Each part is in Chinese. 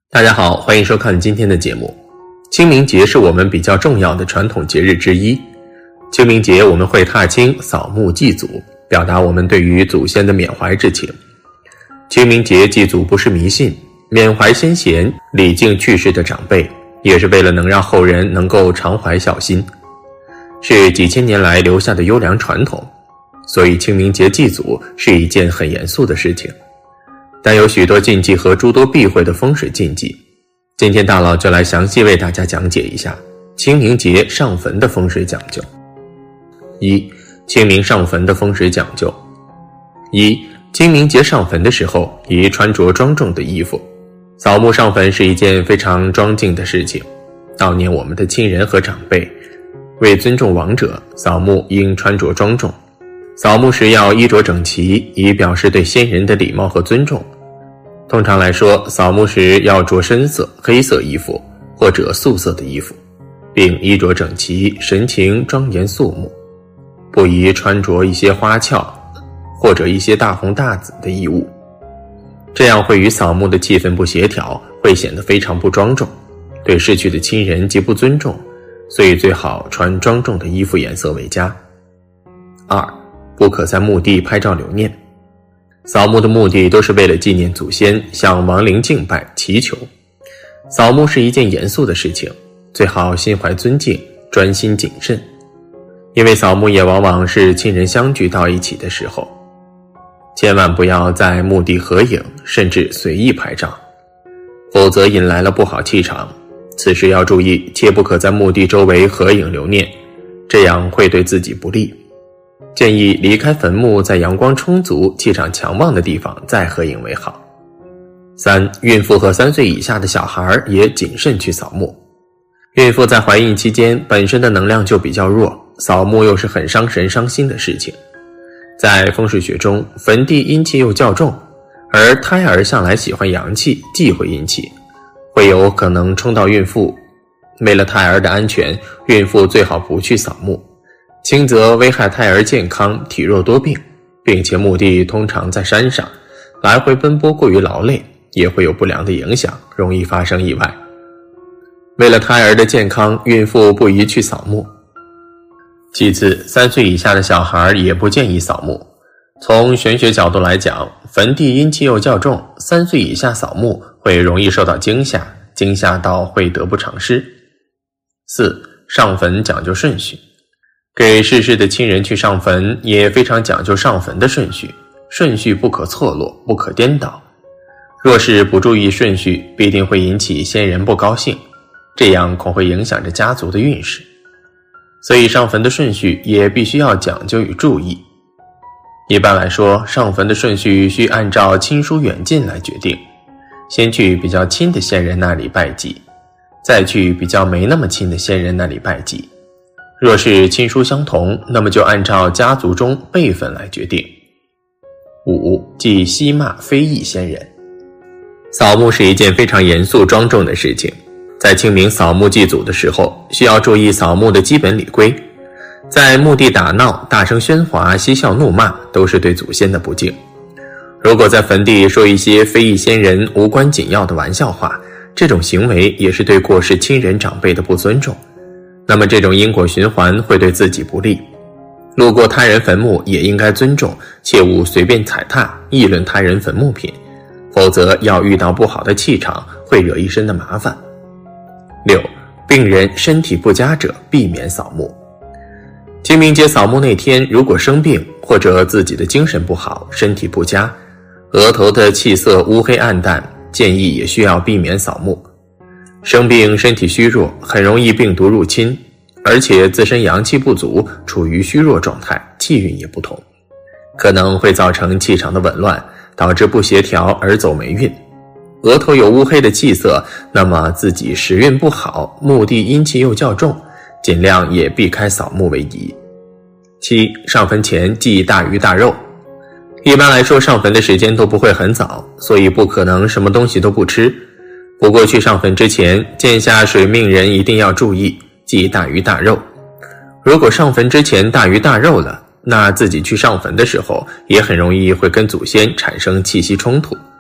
大家好，欢迎收看今天的节目。清明节是我们比较重要的传统节日之一。清明节我们会踏青、扫墓祭祖，表达我们对于祖先的缅怀之情。清明节祭祖不是迷信，缅怀先贤、礼敬去世的长辈，也是为了能让后人能够常怀孝心，是几千年来留下的优良传统。所以清明节祭祖是一件很严肃的事情，但有许多禁忌和诸多避讳的风水禁忌。今天大佬就来详细为大家讲解一下清明节上坟的风水讲究。一、清明上坟的风水讲究。一、清明节上坟的时候宜穿着庄重的衣服。扫墓上坟是一件非常庄敬的事情，悼念我们的亲人和长辈，为尊重亡者，扫墓应穿着庄重。扫墓时要衣着整齐，以表示对先人的礼貌和尊重。通常来说，扫墓时要着深色、黑色衣服或者素色的衣服，并衣着整齐，神情庄严肃穆，不宜穿着一些花俏或者一些大红大紫的衣物，这样会与扫墓的气氛不协调，会显得非常不庄重，对逝去的亲人极不尊重，所以最好穿庄重的衣服颜色为佳。二、不可在墓地拍照留念。扫墓的目的都是为了纪念祖先，向亡灵敬拜祈求。扫墓是一件严肃的事情，最好心怀尊敬，专心谨慎，因为扫墓也往往是亲人相聚到一起的时候。千万不要在墓地合影，甚至随意拍照，否则引来了不好气场。此时要注意，切不可在墓地周围合影留念，这样会对自己不利。建议离开坟墓，在阳光充足、气场强旺的地方再合影为好。三、孕妇和3岁以下的小孩也谨慎去扫墓。孕妇在怀孕期间本身的能量就比较弱，扫墓又是很伤神伤心的事情。在风水学中，坟地阴气又较重，而胎儿向来喜欢阳气，忌讳阴气，会有可能冲到孕妇。为了胎儿的安全，孕妇最好不去扫墓，轻则危害胎儿健康，体弱多病，并且墓地通常在山上，来回奔波过于劳累，也会有不良的影响，容易发生意外。为了胎儿的健康，孕妇不宜去扫墓。其次，3岁以下的小孩也不建议扫墓。从玄学角度来讲，坟地阴气又较重，3岁以下扫墓会容易受到惊吓，惊吓到会得不偿失。四、上坟讲究顺序。给逝世的亲人去上坟也非常讲究上坟的顺序，顺序不可错落，不可颠倒。若是不注意顺序，必定会引起先人不高兴，这样恐会影响着家族的运势。所以上坟的顺序也必须要讲究与注意。一般来说，上坟的顺序需按照亲疏远近来决定，先去比较亲的先人那里拜祭，再去比较没那么亲的先人那里拜祭。若是亲疏相同，那么就按照家族中辈分来决定。五、忌嬉骂非议先人。扫墓是一件非常严肃庄重的事情，在清明扫墓祭祖的时候，需要注意扫墓的基本礼规。在墓地打闹、大声喧哗、嬉笑怒骂，都是对祖先的不敬。如果在坟地说一些非议先人、无关紧要的玩笑话，这种行为也是对过世亲人长辈的不尊重。那么这种因果循环会对自己不利。路过他人坟墓也应该尊重，切勿随便踩踏、议论他人坟墓品，否则要遇到不好的气场，会惹一身的麻烦。六、病人身体不佳者避免扫墓。清明节扫墓那天，如果生病或者自己的精神不好，身体不佳，额头的气色乌黑暗淡，建议也需要避免扫墓。生病身体虚弱，很容易病毒入侵，而且自身阳气不足，处于虚弱状态，气运也不同，可能会造成气场的紊乱，导致不协调而走霉运。额头有乌黑的气色，那么自己时运不好，墓地阴气又较重，尽量也避开扫墓为宜。七、上坟前忌大鱼大肉。一般来说，上坟的时间都不会很早，所以不可能什么东西都不吃。不过去上坟之前，见下水命人一定要注意，忌大鱼大肉。如果上坟之前大鱼大肉了，那自己去上坟的时候，也很容易会跟祖先产生气息冲突。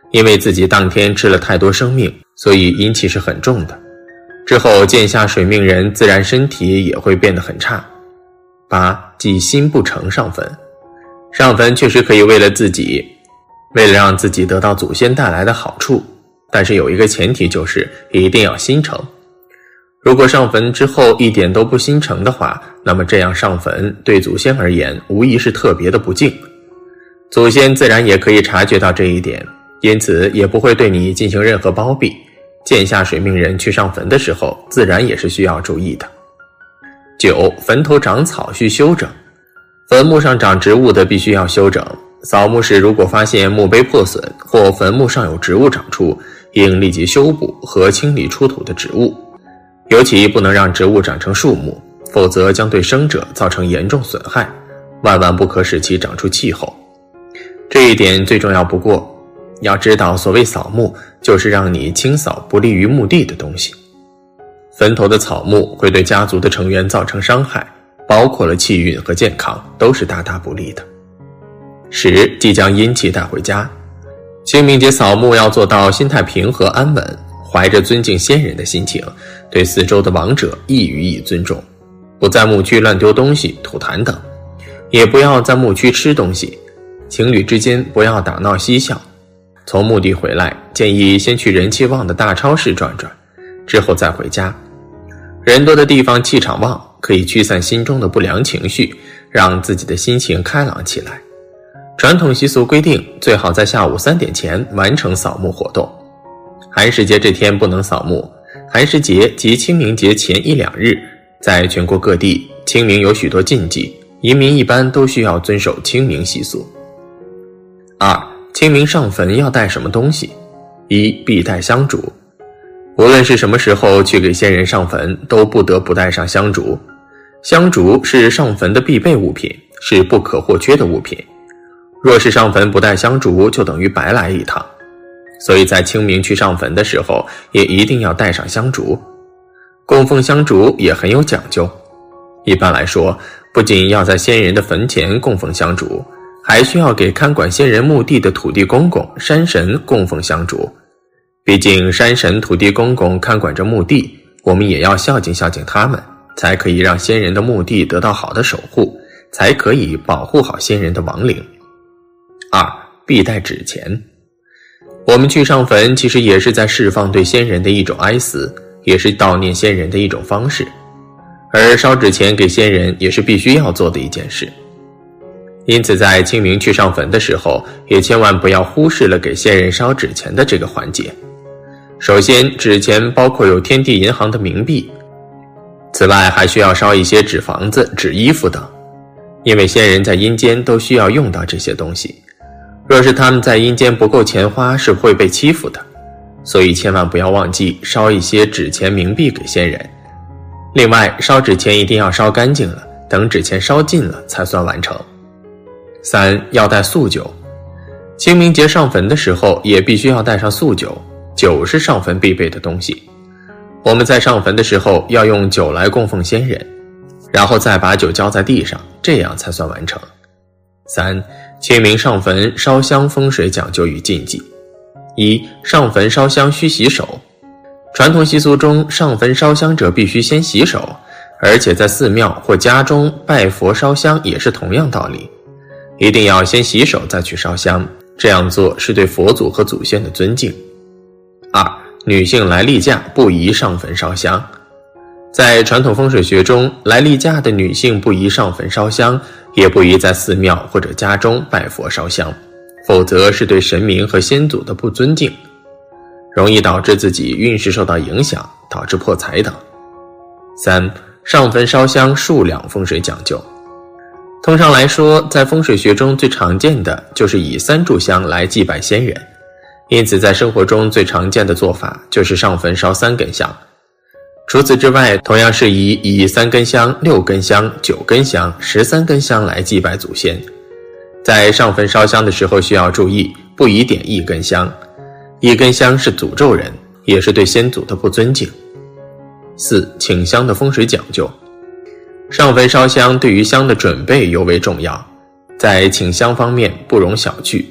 因为自己当天吃了太多生命，所以阴气是很重的。之后见下水命人自然身体也会变得很差。8. 忌心不诚上坟。上坟确实可以为了让自己得到祖先带来的好处，但是有一个前提，就是一定要心诚。如果上坟之后一点都不心诚的话，那么这样上坟对祖先而言无疑是特别的不敬。祖先自然也可以察觉到这一点，因此也不会对你进行任何包庇。见下水命人去上坟的时候，自然也是需要注意的。9. 坟头长草需修整。坟墓上长植物的必须要修整。扫墓时如果发现墓碑破损或坟墓上有植物长出，应立即修补和清理出土的植物，尤其不能让植物长成树木，否则将对生者造成严重损害，万万不可使其长出气候。这一点最重要不过。要知道，所谓扫墓，就是让你清扫不利于墓地的东西。坟头的草木会对家族的成员造成伤害，包括了气运和健康，都是大大不利的。10. 即将阴气带回家。清明节扫墓要做到心态平和安稳，怀着尊敬先人的心情，对四周的亡者亦予以尊重，不在墓区乱丢东西、吐痰等，也不要在墓区吃东西。情侣之间不要打闹嬉笑。从墓地回来，建议先去人气旺的大超市转转，之后再回家。人多的地方气场旺，可以驱散心中的不良情绪，让自己的心情开朗起来。传统习俗规定，最好在下午3点前完成扫墓活动。寒食节这天不能扫墓，寒食节及清明节前1-2日，在全国各地，清明有许多禁忌，移民一般都需要遵守清明习俗。2. 清明上坟要带什么东西？ 1. 必带香烛。无论是什么时候去给先人上坟，都不得不带上香烛。香烛是上坟的必备物品，是不可或缺的物品。若是上坟不带香烛，就等于白来一趟。所以在清明去上坟的时候，也一定要带上香烛。供奉香烛也很有讲究。一般来说，不仅要在先人的坟前供奉香烛，还需要给看管先人墓地的土地公公、山神供奉香烛。毕竟山神、土地公公看管着墓地，我们也要孝敬孝敬他们，才可以让先人的墓地得到好的守护，才可以保护好先人的亡灵。2. 必带纸钱。我们去上坟其实也是在释放对先人的一种哀思，也是悼念先人的一种方式，而烧纸钱给先人也是必须要做的一件事。因此在清明去上坟的时候，也千万不要忽视了给先人烧纸钱的这个环节。首先，纸钱包括有天地银行的冥币，此外还需要烧一些纸房子、纸衣服等，因为先人在阴间都需要用到这些东西，若是他们在阴间不够钱花，是会被欺负的，所以千万不要忘记烧一些纸钱冥币给先人。另外，烧纸钱一定要烧干净了，等纸钱烧尽了才算完成。3. 要带素酒。清明节上坟的时候也必须要带上素酒，酒是上坟必备的东西。我们在上坟的时候要用酒来供奉先人，然后再把酒浇在地上，这样才算完成。3. 清明上坟烧香风水讲究与禁忌。1. 上坟烧香需洗手。传统习俗中，上坟烧香者必须先洗手，而且在寺庙或家中拜佛烧香也是同样道理。一定要先洗手再去烧香，这样做是对佛祖和祖先的尊敬。2. 女性来例假不宜上坟烧香。在传统风水学中，来例假的女性不宜上坟烧香，也不宜在寺庙或者家中拜佛烧香，否则是对神明和先祖的不尊敬，容易导致自己运势受到影响，导致破财等。3. 上坟烧香数量风水讲究。通常来说，在风水学中最常见的就是以3炷香来祭拜先人，因此在生活中最常见的做法就是上坟烧3根香。除此之外，同样是以3根香、6根香、9根香、13根香来祭拜祖先。在上坟烧香的时候需要注意，不宜点1根香，1根香是诅咒人，也是对先祖的不尊敬。4. 请香的风水讲究。上坟烧香对于香的准备尤为重要，在请香方面不容小觑。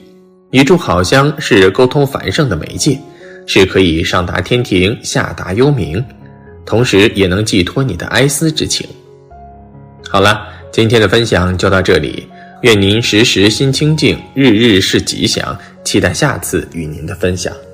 一炷好香是沟通繁盛的媒介，是可以上达天庭下达幽冥，同时也能寄托你的哀思之情。好了，今天的分享就到这里，愿您时时心清静，日日是吉祥，期待下次与您的分享。